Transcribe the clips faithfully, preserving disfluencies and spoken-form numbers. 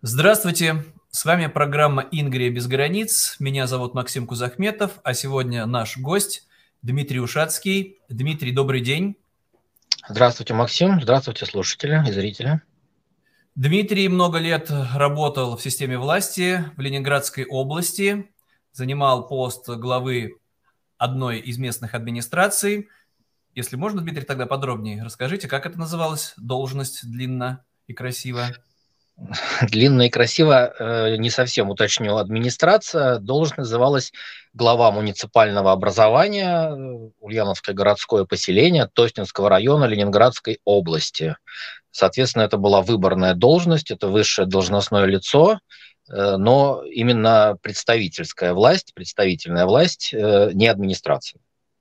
Здравствуйте, с вами программа «Ингрия без границ». Меня зовут Максим Кузахметов, а сегодня наш гость Дмитрий Ушацкий. Дмитрий, добрый день. Здравствуйте, Максим. Здравствуйте, слушатели и зрители. Дмитрий много лет работал в системе власти в Ленинградской области, занимал пост главы одной из местных администраций. Если можно, Дмитрий, тогда подробнее расскажите, как это называлось, должность длинно и красиво. Длинно и красиво, э, не совсем уточню, администрация. Должность называлась глава муниципального образования э, Ульяновское городское поселение Тоснинского района Ленинградской области. Соответственно, это была выборная должность, это высшее должностное лицо, э, но именно представительская власть, представительная власть, э, не администрация.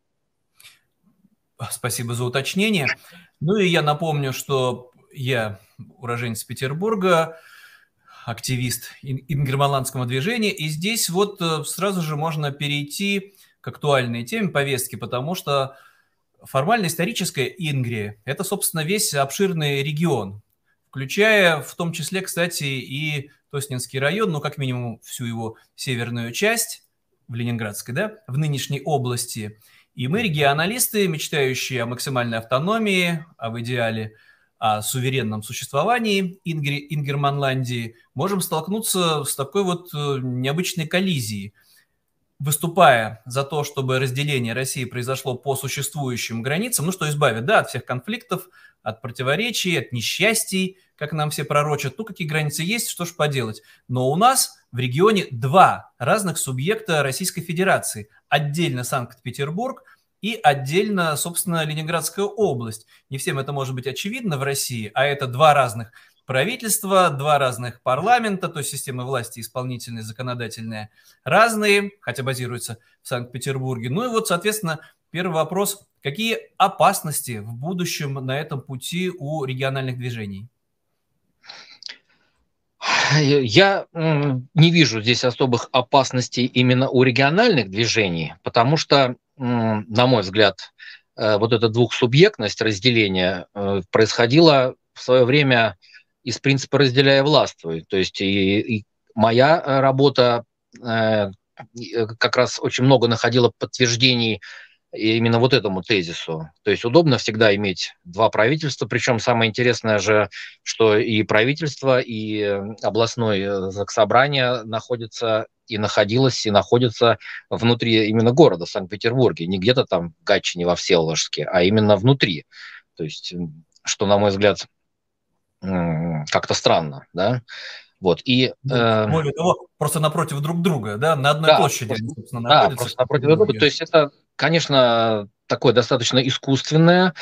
Спасибо за уточнение. Ну и я напомню, что я уроженец Петербурга, активист ингерманландского движения, и здесь вот э, сразу же можно перейти к актуальной теме повестки, потому что формально историческая Ингрия – это, собственно, весь обширный регион, включая в том числе, кстати, и Тоснинский район, ну, как минимум, всю его северную часть в Ленинградской, да, в нынешней области. И мы, регионалисты, мечтающие о максимальной автономии, а в идеале о суверенном существовании Ингри, Ингерманландии, можем столкнуться с такой вот э, необычной коллизией. Выступая за то, чтобы разделение России произошло по существующим границам, ну, что избавит, да, от всех конфликтов, от противоречий, от несчастий, как нам все пророчат. Ну, какие границы есть, что ж поделать. Но у нас в регионе два разных субъекта Российской Федерации. Отдельно Санкт-Петербург и отдельно, собственно, Ленинградская область. Не всем это может быть очевидно в России, а это два разных правительства, два разных парламента, то есть системы власти исполнительная, законодательная, разные, хотя базируются в Санкт-Петербурге. Ну и вот, соответственно, первый вопрос. Какие опасности в будущем на этом пути у региональных движений? Я не вижу здесь особых опасностей именно у региональных движений, потому что, на мой взгляд, вот эта двухсубъектность разделения происходила в свое время из принципа «разделяя властвуй». То есть и, и моя работа как раз очень много находила подтверждений именно вот этому тезису. То есть удобно всегда иметь два правительства, причем самое интересное же, что и правительство, и областное заксобрание находятся и находилось, и находится внутри именно города Санкт-Петербурге, не где-то там в Гатчине, во Всеволожске, а именно внутри. То есть, что, на мой взгляд, как-то странно, да? Вот, и, э... Более того, просто напротив друг друга, да, на одной да, площади просто, они, собственно, да, находятся. просто напротив друг друга. То есть это, конечно, такое достаточно искусственное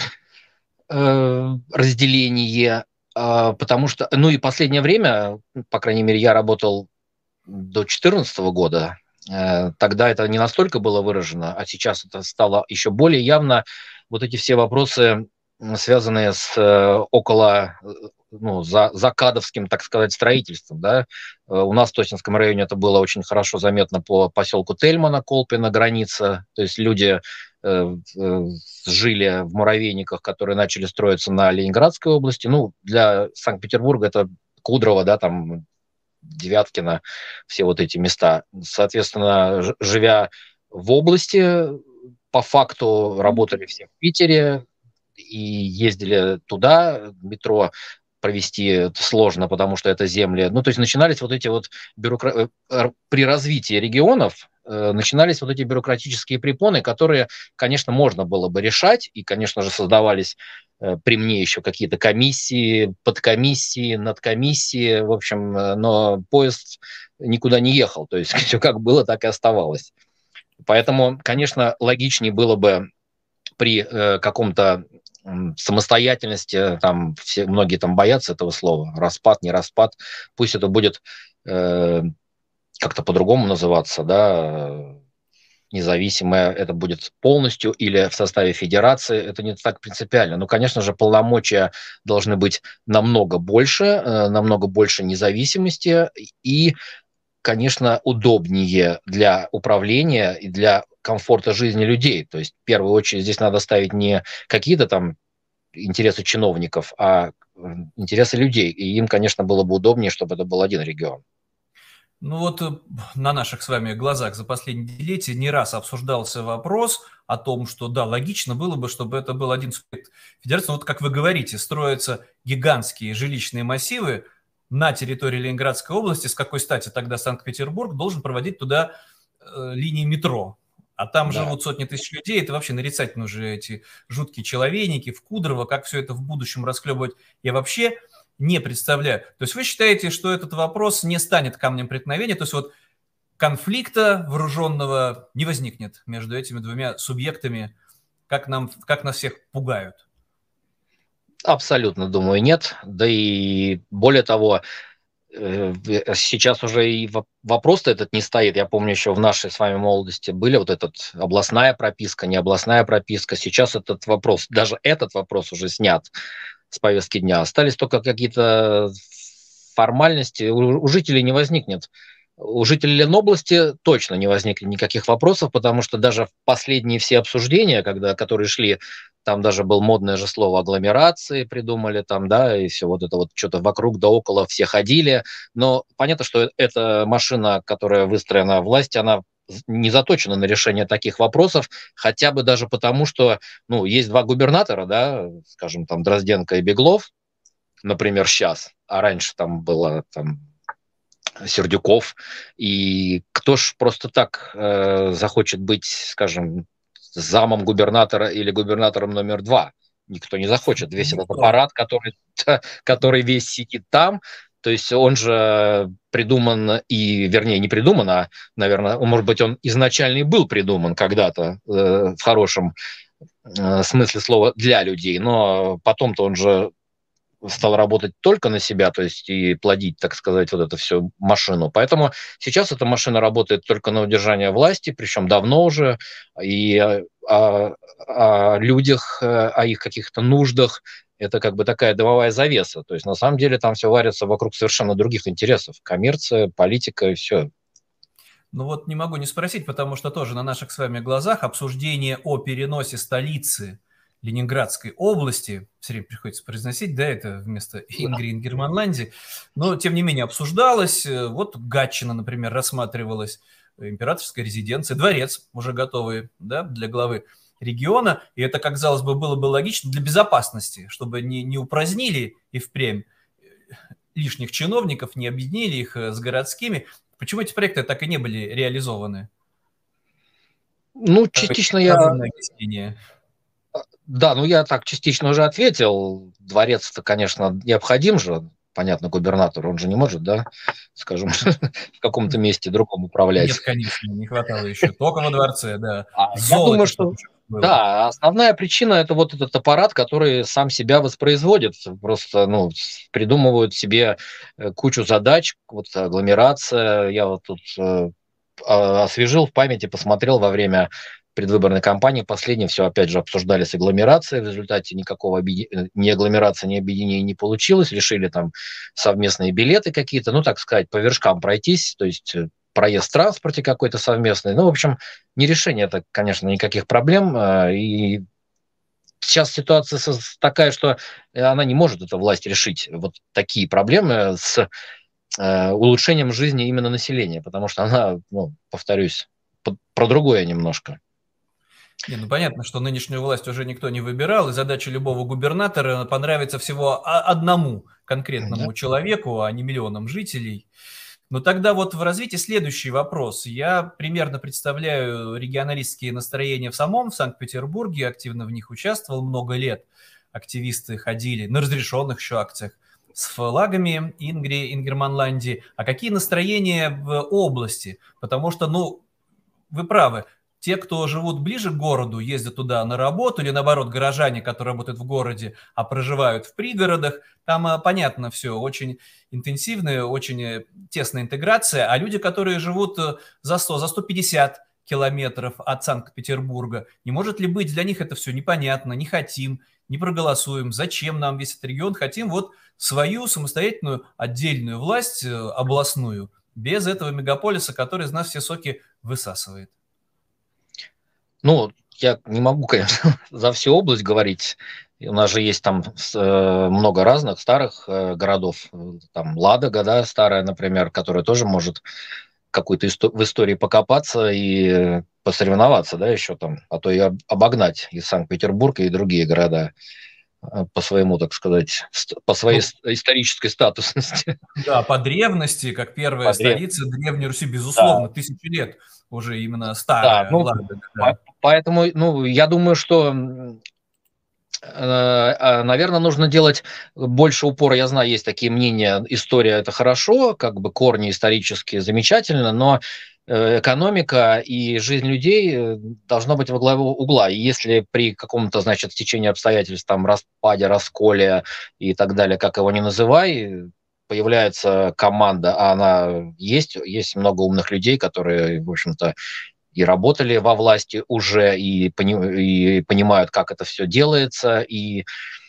э, разделение, э, потому что, ну и последнее время, по крайней мере, я работал до две тысячи четырнадцатого года, э, тогда это не настолько было выражено, а сейчас это стало еще более явно. Вот эти все вопросы, связанные с э, около ну, за, за кадовским, так сказать, строительством. Да? У нас в Тоснинском районе это было очень хорошо заметно по поселку Тельмана, Колпино, граница. То есть люди э, э, жили в муравейниках, которые начали строиться на Ленинградской области. Ну, для Санкт-Петербурга это Кудрово, да, там Девяткино, все вот эти места. Соответственно, живя в области, по факту работали все в Питере и ездили туда, метро провести сложно, потому что это земли. Ну, то есть начинались вот эти вот бюрокра... при развитии регионов э, начинались вот эти бюрократические препоны, которые, конечно, можно было бы решать, и, конечно же, создавались э, при мне еще какие-то комиссии, подкомиссии, надкомиссии, в общем, э, но поезд никуда не ехал, то есть все как было, так и оставалось. Поэтому, конечно, логичнее было бы при э, каком-то самостоятельности, там все, многие там боятся этого слова, распад, не распад, пусть это будет э, как-то по-другому называться, да, независимое, это будет полностью или в составе федерации, это не так принципиально. Но, конечно же, полномочия должны быть намного больше, э, намного больше независимости и, конечно, удобнее для управления и для комфорта жизни людей. То есть, в первую очередь, здесь надо ставить не какие-то там интересы чиновников, а интересы людей. И им, конечно, было бы удобнее, чтобы это был один регион. Ну вот на наших с вами глазах за последние десятилетия не раз обсуждался вопрос о том, что да, логично было бы, чтобы это был один субъект федерации. Вот как вы говорите, строятся гигантские жилищные массивы на территории Ленинградской области. С какой стати тогда Санкт-Петербург должен проводить туда э, линии метро? А там Да. живут сотни тысяч людей, это вообще нарицать нужны эти жуткие человейники в Кудрово, как все это в будущем расхлебывать. Я вообще не представляю. То есть вы считаете, что этот вопрос не станет камнем преткновения, то есть вот конфликта вооруженного не возникнет между этими двумя субъектами, как, нам, как нас всех пугают? Абсолютно, думаю, нет. Да и более того, сейчас уже и вопрос-то этот не стоит. Я помню, еще в нашей с вами молодости были вот этот областная прописка, не областная прописка. Сейчас этот вопрос, даже этот вопрос уже снят с повестки дня. Остались только какие-то формальности. У, у жителей не возникнет. У жителей Ленобласти точно не возникнет никаких вопросов, потому что даже в последние все обсуждения, когда, которые шли, там даже было модное же слово агломерации придумали, там, да, и все вот это вот что-то вокруг да около все ходили. Но понятно, что эта машина, которая выстроена власти, она не заточена на решение таких вопросов, хотя бы даже потому, что, ну, есть два губернатора, да, скажем, там, Дрозденко и Беглов, например, сейчас, а раньше там было, там, Сердюков, и кто ж просто так э, захочет быть, скажем, замом губернатора или губернатором номер два? Никто не захочет. Весь Никто. Этот аппарат, который, который весь сидит там, то есть он же придуман и, вернее, не придуман, а, наверное, может быть, он изначально и был придуман когда-то э, в хорошем э, смысле слова для людей, но потом-то он же стал работать только на себя, то есть и плодить, так сказать, вот эту всю машину. Поэтому сейчас эта машина работает только на удержание власти, причем давно уже, и о, о людях, о их каких-то нуждах это как бы такая дымовая завеса. То есть на самом деле там все варится вокруг совершенно других интересов. Коммерция, политика и все. Ну вот не могу не спросить, потому что тоже на наших с вами глазах обсуждение о переносе столицы Ленинградской области, все время приходится произносить, да, это вместо Ингри Ингерманланди, но тем не менее обсуждалось, вот Гатчина, например, рассматривалась, императорская резиденция, дворец уже готовый, да, для главы региона, и это, как казалось бы, было бы логично для безопасности, чтобы не, не упразднили и впрямь лишних чиновников, не объединили их с городскими. Почему эти проекты так и не были реализованы? Ну, частично я... Да, ну я так частично уже ответил. Дворец-то, конечно, необходим же, понятно, губернатору. Он же не может, да, скажем, в каком-то месте другом управлять. Нет, конечно, не хватало еще. Только во дворце, да. А я думаю, что... Да, основная причина – это вот этот аппарат, который сам себя воспроизводит. Просто, ну, придумывают себе кучу задач, вот агломерация. Я вот тут э, освежил в памяти, посмотрел во время предвыборной кампании. Последнее все, опять же, обсуждали с агломерацией. В результате никакого объедин... ни агломерации, ни объединения не получилось. Решили там совместные билеты какие-то, ну, так сказать, по вершкам пройтись. То есть проезд в транспорте какой-то совместный. Ну, в общем, не решение это, конечно, никаких проблем. И сейчас ситуация такая, что она не может, эта власть, решить вот такие проблемы с улучшением жизни именно населения, потому что она, ну, повторюсь, про другое немножко. Не, ну понятно, что нынешнюю власть уже никто не выбирал, и задача любого губернатора понравится всего одному конкретному да. человеку, а не миллионам жителей. Но тогда вот в развитии следующий вопрос. Я примерно представляю регионалистские настроения в самом в Санкт-Петербурге, активно в них участвовал много лет. Активисты ходили на разрешенных еще акциях с флагами Ингри, Ингерманланди. А какие настроения в области? Потому что, ну, вы правы, те, кто живут ближе к городу, ездят туда на работу, или наоборот, горожане, которые работают в городе, а проживают в пригородах, там понятно все, очень интенсивная, очень тесная интеграция, а люди, которые живут за сто, за сто пятьдесят километров от Санкт-Петербурга, не может ли быть для них это все непонятно, не хотим, не проголосуем, зачем нам весь этот регион, хотим вот свою самостоятельную отдельную власть областную, без этого мегаполиса, который из нас все соки высасывает. Ну, я не могу, конечно, за всю область говорить. И у нас же есть там много разных старых городов, там Ладога, да, старая, например, которая тоже может какой-то исто- в истории покопаться и посоревноваться, да, еще там, а то и обогнать и Санкт-Петербург, и другие города по своему, так сказать, по своей Ну, исторической статусности. да, по древности, как первая По древ- столица Древней Руси, Да, безусловно, тысячи лет уже именно да, старая ну, Ладога, по- да. поэтому, ну, я думаю, что наверное, нужно делать больше упора. Я знаю, есть такие мнения, история – это хорошо, как бы корни исторические замечательно, но э, экономика и жизнь людей э, должна быть во главе угла. И если при каком-то, значит, стечении обстоятельств, там, распаде, расколе и так далее, как его ни называй, появляется команда, а она есть, есть много умных людей, которые, в общем-то, и работали во власти уже, и, пони- и понимают, как это все делается, и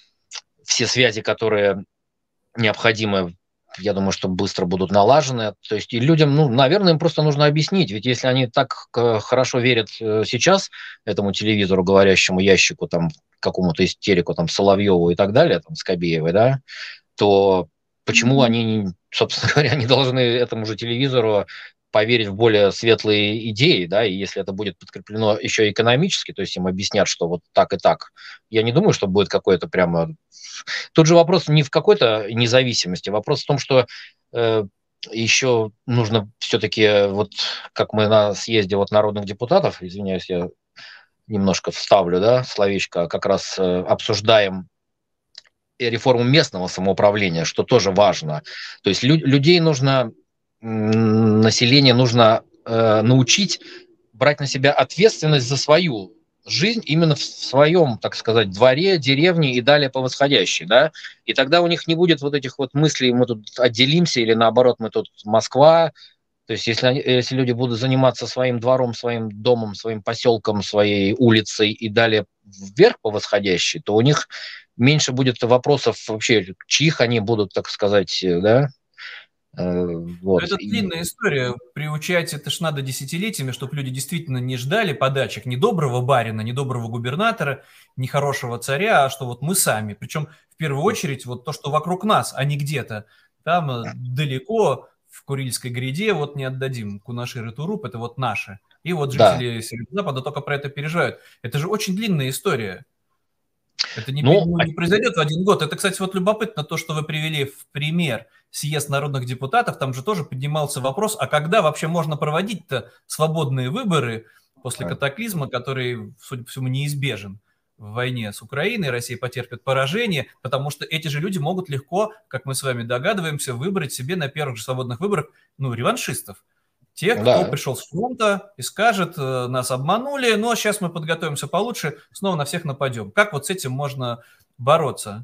все связи, которые необходимы, я думаю, что быстро будут налажены. То есть и людям, ну, наверное, им просто нужно объяснить. Ведь если они так э, хорошо верят э, сейчас этому телевизору, говорящему ящику, там, какому-то истерику, там, Соловьеву и так далее, там, Скобеевой, да, то почему они, собственно говоря, не должны этому же телевизору поверить в более светлые идеи, да, и если это будет подкреплено еще экономически, то есть им объяснят, что вот так и так, я не думаю, что будет какое-то прямо... Тут же вопрос не в какой-то независимости, вопрос в том, что э, еще нужно все-таки, вот как мы на съезде вот народных депутатов, извиняюсь, я немножко вставлю, да, словечко, как раз э, обсуждаем реформу местного самоуправления, что тоже важно. То есть лю- людей нужно, м, население нужно э, научить брать на себя ответственность за свою жизнь именно в своем, так сказать, дворе, деревне и далее по восходящей, да, и тогда у них не будет вот этих вот мыслей, мы тут отделимся или наоборот, мы тут Москва. То есть если, они, если люди будут заниматься своим двором, своим домом, своим поселком, своей улицей и далее вверх по восходящей, то у них меньше будет вопросов вообще, чьих они будут, так сказать, да, э, Но вот. это И, длинная история. Приучать это ж надо десятилетиями, чтобы люди действительно не ждали подачек ни доброго барина, ни доброго губернатора, ни хорошего царя, а что вот мы сами. Причем в первую очередь вот то, что вокруг нас, а не где-то. Там э, далеко, в Курильской гряде, вот не отдадим. Кунашир и Туруп – это вот наши. И вот да, жители Северо-Запада только про это переживают. Это же очень длинная история. Это не, ну, ну, а- не произойдет в один год. Это, кстати, вот любопытно то, что вы привели в пример съезд народных депутатов. Там же тоже поднимался вопрос, а когда вообще можно проводить-то свободные выборы после катаклизма, который, судя по всему, неизбежен в войне с Украиной, Россия потерпит поражение, потому что эти же люди могут легко, как мы с вами догадываемся, выбрать себе на первых же свободных выборах, ну, реваншистов. Тех, кто да. пришел с фронта и скажет, э, нас обманули, но сейчас мы подготовимся получше, снова на всех нападем. Как вот с этим можно бороться?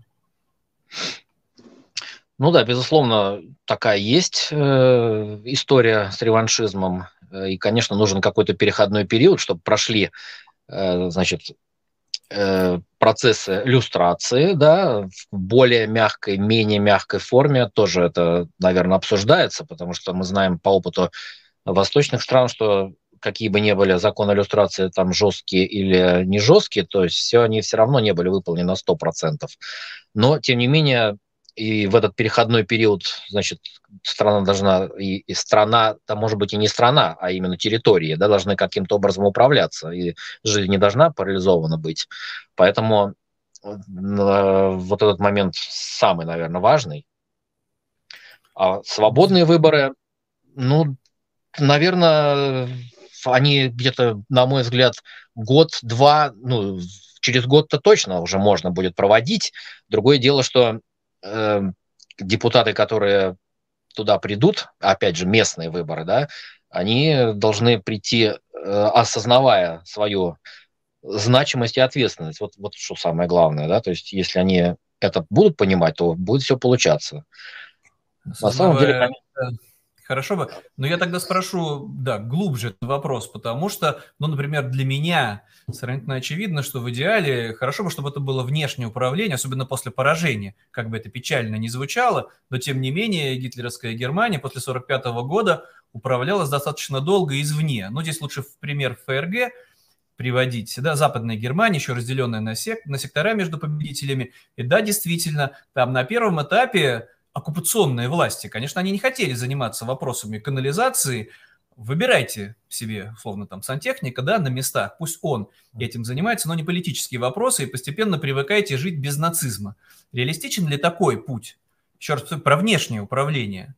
Ну да, безусловно, такая есть э, история с реваншизмом. Э, И, конечно, нужен какой-то переходной период, чтобы прошли, э, значит, э, процессы люстрации, да, в более мягкой, менее мягкой форме. Тоже это, наверное, обсуждается, потому что мы знаем по опыту восточных стран, что какие бы ни были законы иллюстрации там жесткие или не жесткие, то есть все они все равно не были выполнены на сто процентов. Но, тем не менее, и в этот переходной период, значит, страна должна, и, и страна, там может быть и не страна, а именно территории, да, должны каким-то образом управляться, и жизнь не должна парализована быть. Поэтому э, вот этот момент самый, наверное, важный. А свободные выборы, ну, наверное, они где-то, на мой взгляд, год-два, ну, через год-то точно уже можно будет проводить. Другое дело, что э, депутаты, которые туда придут, опять же, местные выборы, да, они должны прийти, э, осознавая свою значимость и ответственность. Вот, вот что самое главное, да, то есть если они это будут понимать, то будет все получаться. На самом деле, Осознавая, да, хорошо бы. Но я тогда спрошу, да, глубже этот вопрос, потому что, ну, например, для меня сравнительно очевидно, что в идеале хорошо бы, чтобы это было внешнее управление, особенно после поражения, как бы это печально ни звучало, но тем не менее гитлеровская Германия после сорок пятого года управлялась достаточно долго извне. Ну, здесь лучше в пример ФРГ приводить, да, Западная Германия, еще разделенная на, сек на сектора между победителями, и да, действительно, там на первом этапе оккупационные власти, конечно, они не хотели заниматься вопросами канализации. Выбирайте себе, условно, там, сантехника, да, на местах, пусть он этим занимается, но не политические вопросы, и постепенно привыкайте жить без нацизма. Реалистичен ли такой путь? Еще раз про внешнее управление.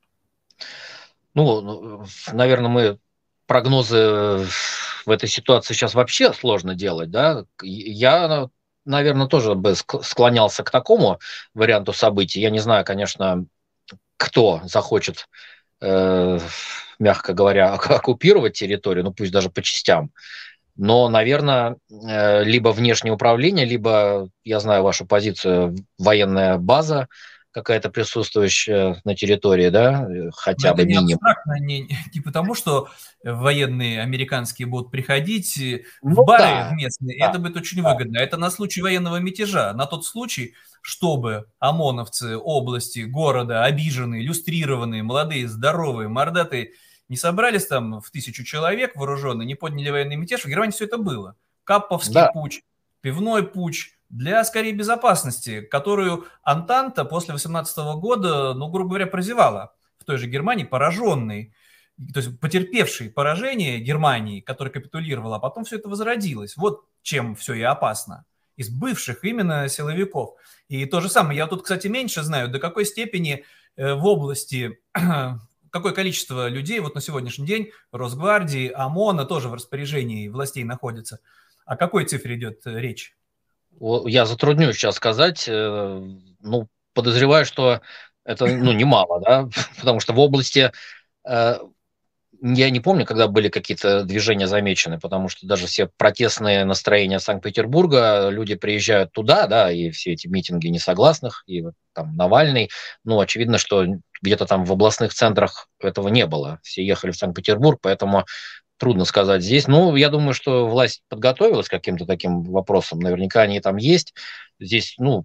Ну, наверное, мы прогнозы в этой ситуации сейчас вообще сложно делать, да. Я, наверное, тоже бы склонялся к такому варианту событий. Я не знаю, конечно, кто захочет, э, мягко говоря, оккупировать территорию, ну пусть даже по частям. Но, наверное, э, либо внешнее управление, либо, я знаю вашу позицию, военная база какая-то присутствующая на территории, да, хотя Но бы это не минимум. абстрактно, не, не потому, что военные американские будут приходить в Ну бары да, местные, и да, это будет очень да. выгодно. Это на случай военного мятежа, на тот случай, чтобы ОМОНовцы области, города, обиженные, иллюстрированные, молодые, здоровые, мордатые, не собрались там в тысячу человек вооруженные, не подняли военный мятеж. В Германии все это было. Капповский Да. путч, пивной путч, для, скорее, безопасности, которую Антанта после восемнадцатого года, ну, грубо говоря, прозевала в той же Германии, пораженной, то есть потерпевшей поражение Германии, которая капитулировала, а потом все это возродилось. Вот чем все и опасно. Из бывших именно силовиков. И то же самое, я тут, кстати, меньше знаю, до какой степени в области, какое количество людей вот на сегодняшний день Росгвардии, ОМОНа тоже в распоряжении властей находится. О какой цифре идет речь? Я затруднюсь сейчас сказать, ну, подозреваю, что это, ну, немало, да, потому что в области, я не помню, когда были какие-то движения замечены, потому что даже все протестные настроения Санкт-Петербурга, люди приезжают туда, да, и все эти митинги несогласных, и вот там Навальный, ну, очевидно, что где-то там в областных центрах этого не было, все ехали в Санкт-Петербург, поэтому трудно сказать здесь. Ну, я думаю, что власть подготовилась к каким-то таким вопросам. Наверняка они там есть. Здесь, ну,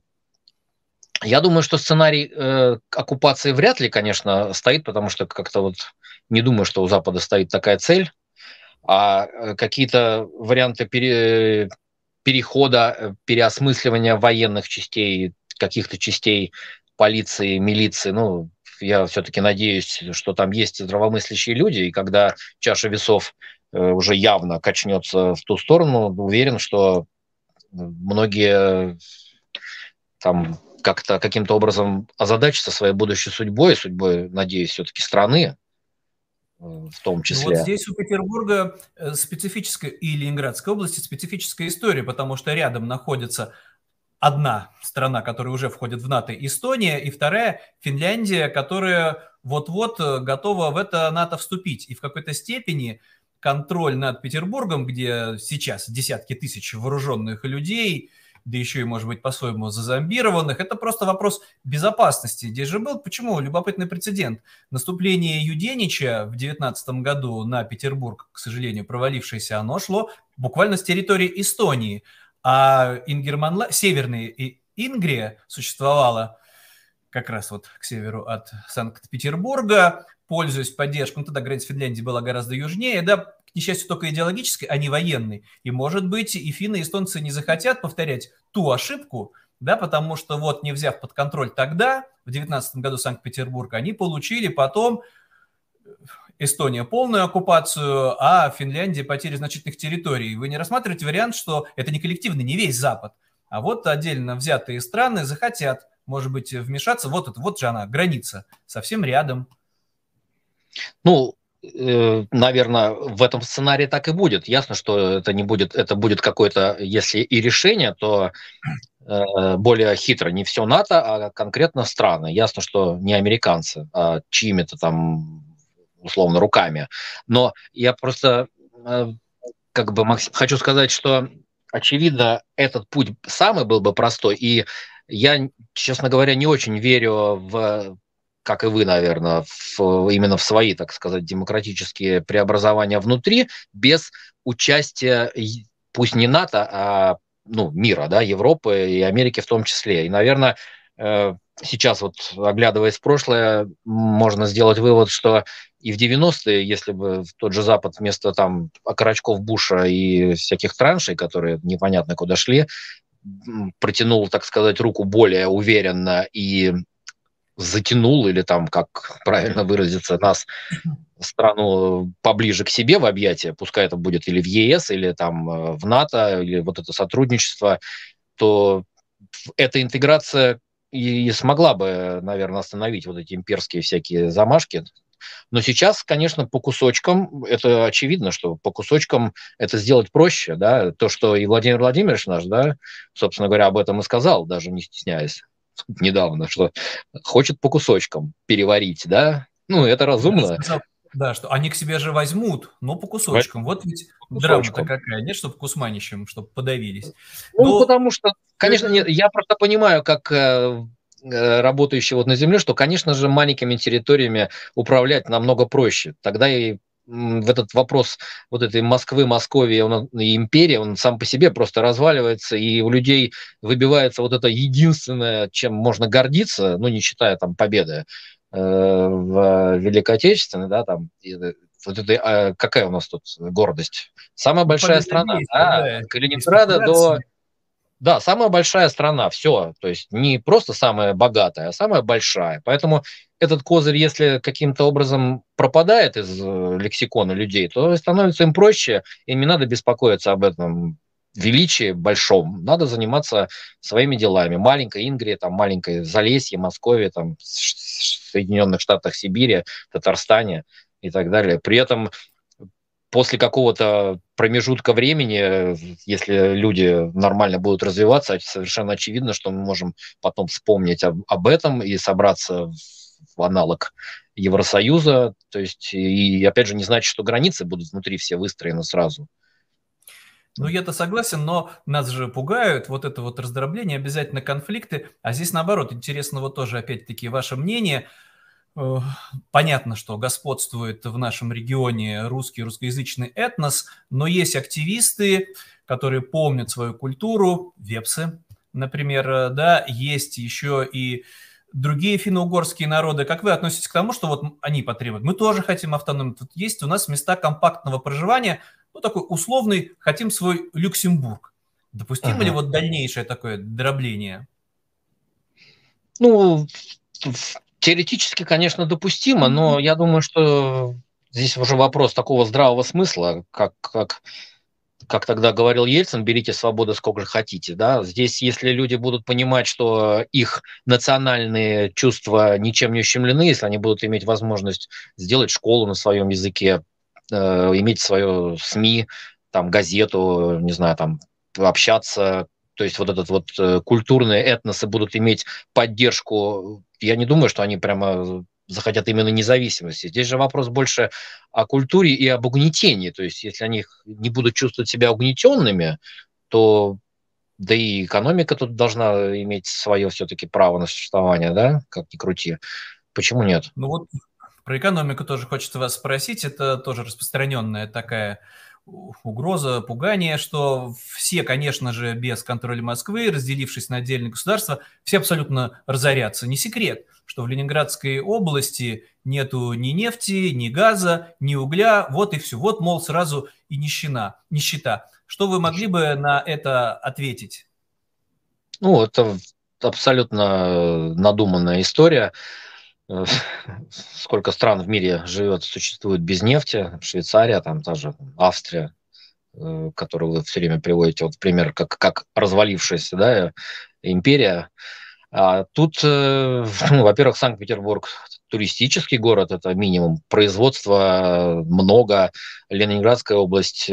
я думаю, что сценарий э, оккупации вряд ли, конечно, стоит, потому что как-то вот не думаю, что у Запада стоит такая цель. А какие-то варианты пере, перехода, переосмысливания военных частей, каких-то частей полиции, милиции, ну, я все-таки надеюсь, что там есть здравомыслящие люди, и когда чаша весов э, уже явно качнется в ту сторону, уверен, что многие там как-то каким-то образом озадачатся своей будущей судьбой, судьбой, надеюсь, все-таки страны в том Ну вот числе. здесь у Петербурга специфическая, и Ленинградской области специфическая история, потому что рядом находится одна страна, которая уже входит в НАТО, Эстония, и вторая Финляндия, которая вот-вот готова в это НАТО вступить. И в какой-то степени контроль над Петербургом, где сейчас десятки тысяч вооруженных людей, да еще и, может быть, по-своему зазомбированных, это просто вопрос безопасности. Здесь же был, почему, любопытный прецедент. Наступление Юденича в девятнадцатом году на Петербург, к сожалению, провалившееся, оно шло буквально с территории Эстонии. А Ингерманла... Северная Ингрия существовала как раз вот к северу от Санкт-Петербурга, пользуясь поддержкой, ну, тогда граница Финляндии была гораздо южнее, да, к несчастью, только идеологической, а не военной. И, может быть, и финны, и эстонцы не захотят повторять ту ошибку, да, потому что вот, не взяв под контроль тогда, в девятнадцатом году Санкт-Петербург, они получили потом, Эстония полную оккупацию, а Финляндия потери значительных территорий. Вы не рассматриваете вариант, что это не коллективный, не весь Запад, а вот отдельно взятые страны захотят, может быть, вмешаться. Вот это, вот же она, граница, совсем рядом. Ну, э, наверное, в этом сценарии так и будет. Ясно, что это не будет, это будет какое-то, если и решение, то э, более хитро. Не все НАТО, а конкретно страны. Ясно, что не американцы, а чьими-то там условно руками. Но я просто э, как бы Максим, хочу сказать, что очевидно этот путь самый был бы простой. И я, честно говоря, не очень верю в, как и вы, наверное, в, именно в свои, так сказать, демократические преобразования внутри, без участия, пусть не НАТО, а ну, мира, да, Европы и Америки в том числе. И, наверное, сейчас вот, оглядываясь в прошлое, можно сделать вывод, что и в девяностые, если бы тот же Запад вместо там окорочков Буша и всяких траншей, которые непонятно куда шли, протянул, так сказать, руку более уверенно и затянул, или там, как правильно выразиться, нас, страну, поближе к себе в объятия, пускай это будет или в ЕС, или там в НАТО, или вот это сотрудничество, то эта интеграция и смогла бы, наверное, остановить вот эти имперские всякие замашки. Но сейчас, конечно, по кусочкам, это очевидно, что по кусочкам это сделать проще, да, то, что и Владимир Владимирович наш, да, собственно говоря, об этом и сказал, даже не стесняясь недавно, что хочет по кусочкам переварить, да, ну, это разумно. Сказал, да, что они к себе же возьмут, но по кусочкам. Вот ведь драма-то какая, нет, чтобы вкусманищем, чтобы подавились. Ну, но... потому что, конечно, нет, я просто понимаю, как э, работающий вот на земле, что, конечно же, маленькими территориями управлять намного проще. Тогда и в этот вопрос вот этой Москвы, Московии он, и империи, он сам по себе просто разваливается, и у людей выбивается вот это единственное, чем можно гордиться, ну, не считая там победы э, в Великой Отечественной, да, там, и, вот это, а, какая у нас тут гордость? Самая большая страна, да, да, от Калининграда до... Да, самая большая страна, все, то есть не просто самая богатая, а самая большая. Поэтому этот козырь, если каким-то образом пропадает из лексикона людей, то становится им проще, им не надо беспокоиться об этом величии большом, надо заниматься своими делами. Маленькой Ингрии, там, маленькой Залесье, Москве, там, Соединенных Штатах Сибири, Татарстане и так далее. При этом после какого-то промежутка времени, если люди нормально будут развиваться, совершенно очевидно, что мы можем потом вспомнить об, об этом и собраться в аналог Евросоюза. То есть, и опять же, не значит, что границы будут внутри все выстроены сразу. Ну, я-то согласен, но нас же пугают вот это вот раздробление, обязательно конфликты. А здесь наоборот, интересно вот тоже опять-таки ваше мнение. Понятно, что господствует в нашем регионе русский, русскоязычный этнос, но есть активисты, которые помнят свою культуру, вепсы, например, да, есть еще и другие финно-угорские народы. Как вы относитесь к тому, что вот они потребуют? Мы тоже хотим автономии. Тут есть у нас места компактного проживания, ну, такой условный, хотим свой Люксембург. Допустимо ага. ли вот дальнейшее такое дробление? Ну, теоретически, конечно, допустимо, но я думаю, что здесь уже вопрос такого здравого смысла, как, как, как тогда говорил Ельцин, берите свободу сколько же хотите. Да? Здесь, если люди будут понимать, что их национальные чувства ничем не ущемлены, если они будут иметь возможность сделать школу на своем языке, э, иметь свое СМИ, там, газету, не знаю, там, общаться, то есть вот этот вот э, культурные этносы будут иметь поддержку, я не думаю, что они прямо захотят именно независимости. Здесь же вопрос больше о культуре и об угнетении. То есть если они не будут чувствовать себя угнетенными, то да и экономика тут должна иметь свое все-таки право на существование, да, как ни крути. Почему нет? Ну вот про экономику тоже хочется вас спросить. Это тоже распространенная такая угроза, пугание, что все, конечно же, без контроля Москвы, разделившись на отдельные государства, все абсолютно разорятся. Не секрет, что в Ленинградской области нету ни нефти, ни газа, ни угля, вот и все. Вот, мол, сразу и нищета. нищета. Что вы могли бы на это ответить? Ну, это абсолютно надуманная история. Сколько стран в мире живет, существует без нефти, Швейцария, там даже Австрия, которую вы все время приводите, вот пример, как, как развалившаяся, да, империя. А тут, ну, во-первых, Санкт-Петербург туристический город, это минимум, производства много, Ленинградская область,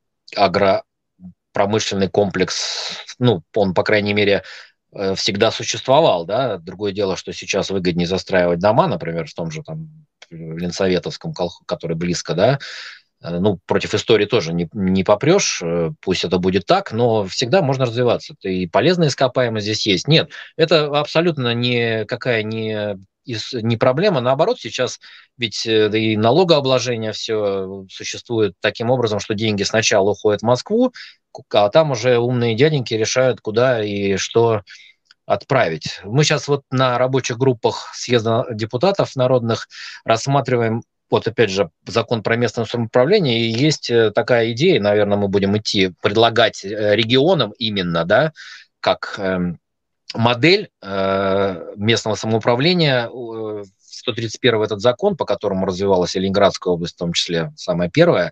агропромышленный комплекс, ну, он, по крайней мере, всегда существовал, да, другое дело, что сейчас выгоднее застраивать дома, например, в том же там Ленсоветовском, который близко, да, ну, против истории тоже не, не попрешь, пусть это будет так, но всегда можно развиваться. И полезные ископаемые здесь есть. Нет, это абсолютно никакая не, не проблема. Наоборот, сейчас ведь и налогообложение все существует таким образом, что деньги сначала уходят в Москву, а там уже умные дяденьки решают, куда и что отправить. Мы сейчас вот на рабочих группах съезда депутатов народных рассматриваем, вот опять же, закон про местное самоуправление, и есть такая идея, наверное, мы будем идти, предлагать регионам именно, да, как модель местного самоуправления, сто тридцать первый этот закон, по которому развивалась и Ленинградская область, в том числе, самая первая,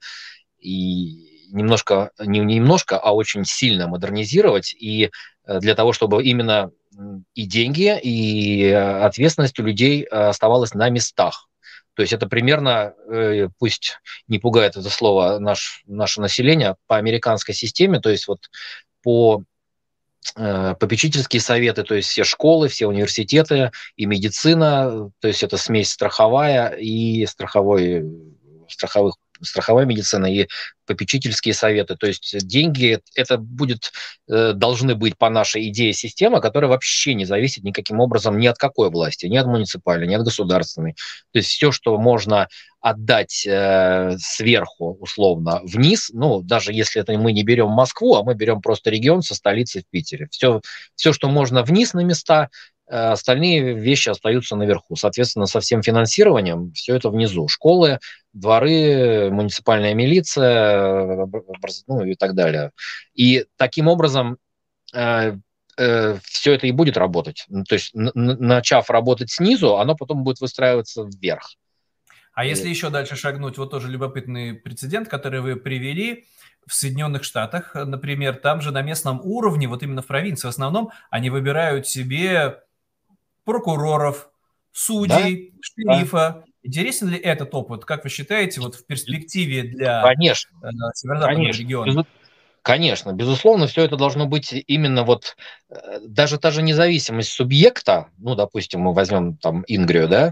и немножко, не немножко, а очень сильно модернизировать, и для того, чтобы именно и деньги, и ответственность у людей оставалась на местах. То есть это примерно, пусть не пугает это слово наш, наше население, по американской системе, то есть вот по попечительские советы, то есть все школы, все университеты и медицина, то есть это смесь страховая и страховой, страховых, страховая медицина и попечительские советы. То есть деньги, это будет, должны быть по нашей идее система, которая вообще не зависит никаким образом ни от какой власти, ни от муниципальной, ни от государственной. То есть все, что можно отдать э, сверху, условно, вниз, ну, даже если это мы не берем Москву, а мы берем просто регион со столицей в Питере. Все, все что можно вниз на места, э, остальные вещи остаются наверху. Соответственно, со всем финансированием все это внизу. Школы, дворы, муниципальная милиция, ну и так далее. И таким образом э, э, все это и будет работать. То есть, н- начав работать снизу, оно потом будет выстраиваться вверх. А если еще дальше шагнуть, вот тоже любопытный прецедент, который вы привели в Соединенных Штатах, например, там же на местном уровне, вот именно в провинции в основном, они выбирают себе прокуроров, судей, да? шерифа. Да. Интересен ли этот опыт? Как вы считаете, вот в перспективе для Конечно. северо-западного Конечно. региона? Конечно, безусловно, все это должно быть именно вот, даже та же независимость субъекта, ну, допустим, мы возьмем там Ингрию, да,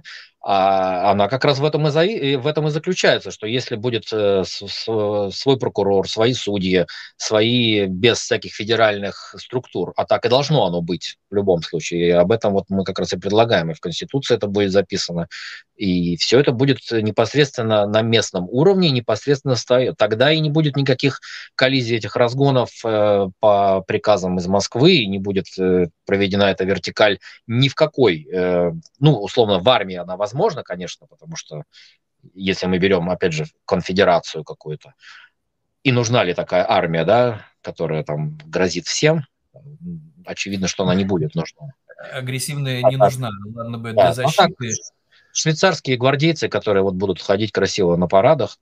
а она как раз в этом и, зави- в этом и заключается, что если будет свой прокурор, свои судьи, свои без всяких федеральных структур, а так и должно оно быть в любом случае, и об этом вот мы как раз и предлагаем, и в Конституции это будет записано, и все это будет непосредственно на местном уровне, непосредственно стоит. Тогда и не будет никаких коллизий, этих разгонов э, по приказам из Москвы, и не будет э, проведена эта вертикаль ни в какой, э, ну, условно, в армии она возможна, конечно, потому что если мы берем, опять же, конфедерацию какую-то, и нужна ли такая армия, да, которая там грозит всем, очевидно, что она не будет нужна. Агрессивная а не так, нужна, ладно бы да, для защиты. Ну, так, швейцарские гвардейцы, которые вот будут ходить красиво на парадах,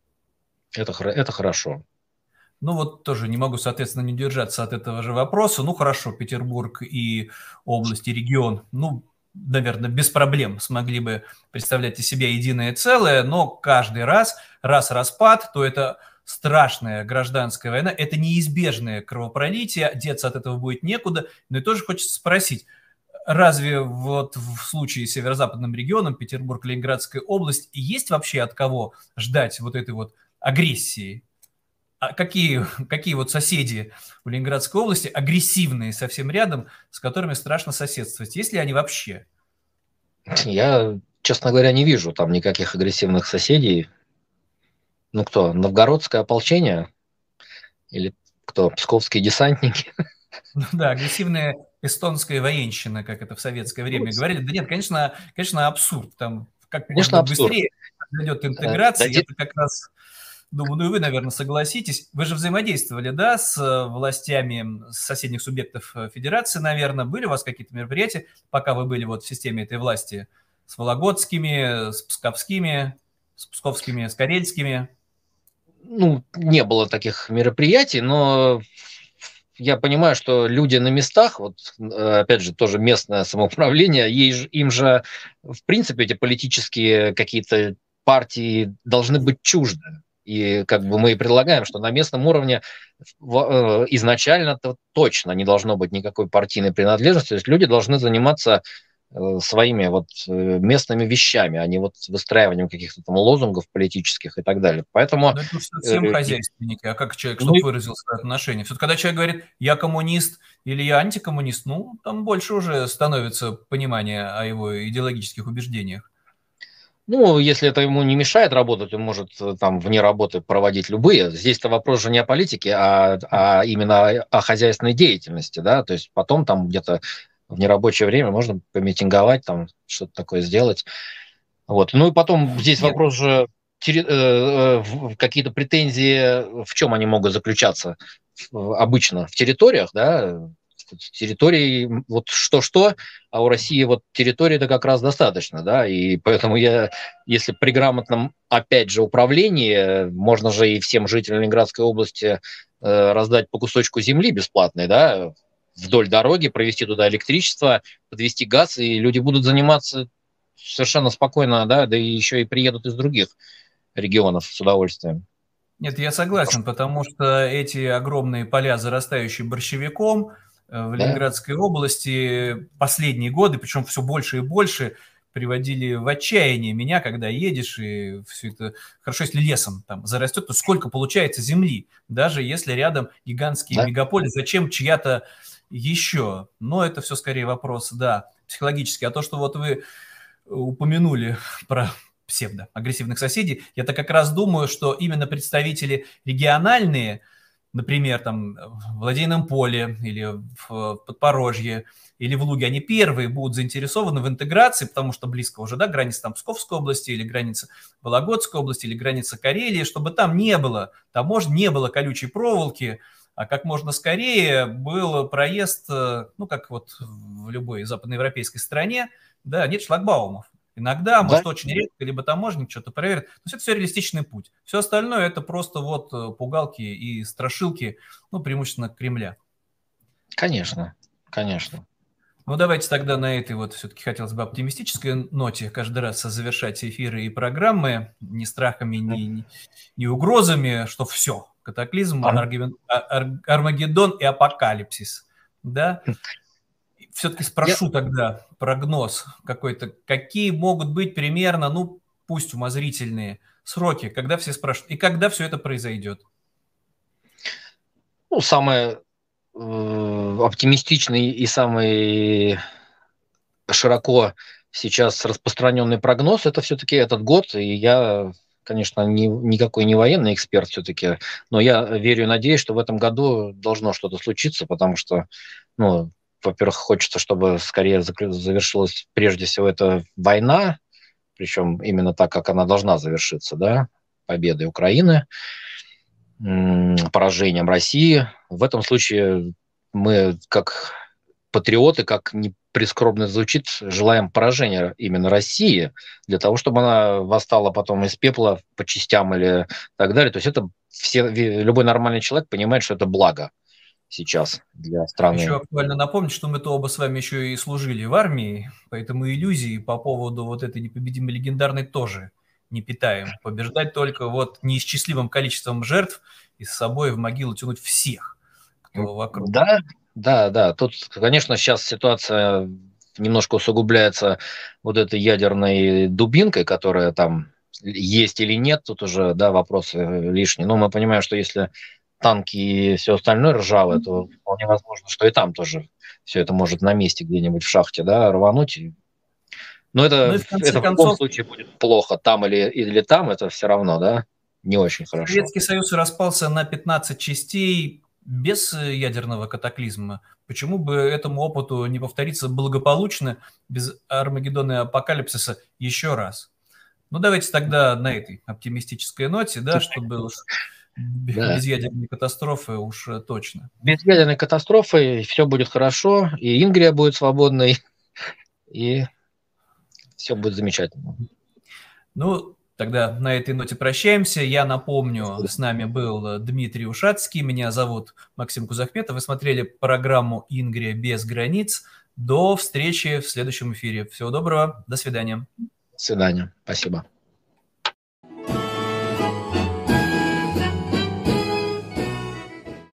это, это хорошо. Ну вот тоже не могу, соответственно, не удержаться от этого же вопроса. Ну хорошо, Петербург и область, и регион, ну, наверное, без проблем смогли бы представлять из себя единое целое, но каждый раз, раз распад, то это страшная гражданская война, это неизбежное кровопролитие, деться от этого будет некуда. Но и тоже хочется спросить, разве вот в случае с северо-западным регионом, Петербург, Ленинградская область, есть вообще от кого ждать вот этой вот агрессии? А какие, какие вот соседи в Ленинградской области агрессивные совсем рядом, с которыми страшно соседствовать? Есть ли они вообще? Я, честно говоря, не вижу там никаких агрессивных соседей. Ну кто, новгородское ополчение? Или кто, псковские десантники? Ну да, агрессивная эстонская военщина, как это в советское время говорили. Да нет, конечно, конечно, абсурд. Там как конечно, можно абсурд. быстрее идет интеграция. Да, это как раз... Думаю, ну и вы, наверное, согласитесь. Вы же взаимодействовали, да, с властями соседних субъектов федерации, наверное. Были у вас какие-то мероприятия, пока вы были вот в системе этой власти? С вологодскими, с псковскими, с псковскими, с карельскими? Ну, не было таких мероприятий, но я понимаю, что люди на местах, вот опять же, тоже местное самоуправление, им же, в принципе, эти политические какие-то партии должны быть чужды. И как бы мы и предлагаем, что на местном уровне изначально-то точно не должно быть никакой партийной принадлежности. То есть люди должны заниматься своими вот местными вещами, а не вот выстраиванием каких-то там лозунгов политических и так далее. Поэтому... Но это уж совсем э, хозяйственники. А как человек, чтобы ну, выразил свое отношение? Все-таки когда человек говорит, я коммунист или я антикоммунист, ну, там больше уже становится понимание о его идеологических убеждениях. Ну, если это ему не мешает работать, он может там вне работы проводить любые. Здесь-то вопрос же не о политике, а, а именно о, о хозяйственной деятельности, да, то есть потом там где-то в нерабочее время можно помитинговать, там что-то такое сделать. Вот. Ну и потом здесь Нет. вопрос же, терри- э, э, какие-то претензии, в чем они могут заключаться? В- обычно в территориях, да, территории, вот что-что, а у России вот территории-то как раз достаточно, да, и поэтому я, если при грамотном, опять же, управлении, можно же и всем жителям Ленинградской области э, раздать по кусочку земли бесплатной, да, вдоль дороги, провести туда электричество, подвести газ, и люди будут заниматься совершенно спокойно, да, да и еще и приедут из других регионов с удовольствием. Нет, я согласен, потому что эти огромные поля, зарастающие борщевиком, э, в Да, Ленинградской области последние годы, причем все больше и больше, приводили в отчаяние меня, когда едешь, и все это, хорошо, если лесом там зарастет, то сколько получается земли, даже если рядом гигантские да, мегаполисы, зачем чья-то еще? Но это все скорее вопрос, да, психологический. А то, что вот вы упомянули про псевдоагрессивных соседей, я-то как раз думаю, что именно представители региональные, например, там в Ладейном поле или в Подпорожье или в Луге, они первые будут заинтересованы в интеграции, потому что близко уже, да, граница там Псковской области или граница Вологодской области или граница Карелии, чтобы там не было таможни, не было колючей проволоки, а как можно скорее был проезд, ну, как вот в любой западноевропейской стране, да, нет шлагбаумов. Иногда, да, может, очень редко, либо таможник что-то проверит. То есть это все реалистичный путь. Все остальное это просто вот пугалки и страшилки, ну, преимущественно Кремля. конечно, конечно. Ну, давайте тогда на этой вот все-таки хотелось бы оптимистической ноте каждый раз завершать эфиры и программы ни страхами, ни, ни, ни угрозами, что все, катаклизм, А, Армагеддон и апокалипсис, да? Все-таки я, спрошу тогда прогноз какой-то. Какие могут быть примерно, ну, пусть умозрительные сроки, когда все спрашивают, и когда все это произойдет? ну, самое э, оптимистичный и самый широко сейчас распространенный прогноз – это все-таки этот год, и я, конечно, не, никакой не военный эксперт все-таки, но я верю и надеюсь, что в этом году должно что-то случиться, потому что, ну, во-первых, хочется, чтобы скорее завершилась прежде всего эта война, причем именно так, как она должна завершиться, да, победой Украины, поражением России. В этом случае мы, как патриоты, как ни прискорбно звучит, желаем поражения именно России, для того, чтобы она восстала потом из пепла по частям или так далее. То есть это все, любой нормальный человек понимает, что это благо сейчас для Еще страны. актуально напомнить, что мы-то оба с вами еще и служили в армии, поэтому иллюзии по поводу вот этой непобедимой легендарной тоже не питаем. Побеждать только вот неисчислимым количеством жертв и с собой в могилу тянуть всех, кто вокруг. Да, да, да. Тут, конечно, сейчас ситуация немножко усугубляется вот этой ядерной дубинкой, которая там есть или нет, тут уже, да, вопросы лишние. Но мы понимаем, что если танки и все остальное ржавое, то вполне возможно, что и там тоже все это может на месте где-нибудь в шахте, да, рвануть. Но Ну это, и в конце это в любом концов, случае будет плохо, там или, или там, это все равно, да, не очень хорошо. Советский Союз распался на пятнадцать частей без ядерного катаклизма. Почему бы этому опыту не повториться благополучно, без Армагеддона и апокалипсиса еще раз? Ну, давайте тогда на этой оптимистической ноте, да, чтобы уж Да. без ядерной катастрофы уж точно. Без ядерной катастрофы все будет хорошо, и Ингрия будет свободной, и все будет замечательно. Ну, тогда на этой ноте прощаемся. Я напомню, с нами был Дмитрий Ушацкий, меня зовут Максим Кузахметов. Вы смотрели программу «Ингрия без границ». До встречи в следующем эфире. Всего доброго, до свидания. До свидания. Спасибо.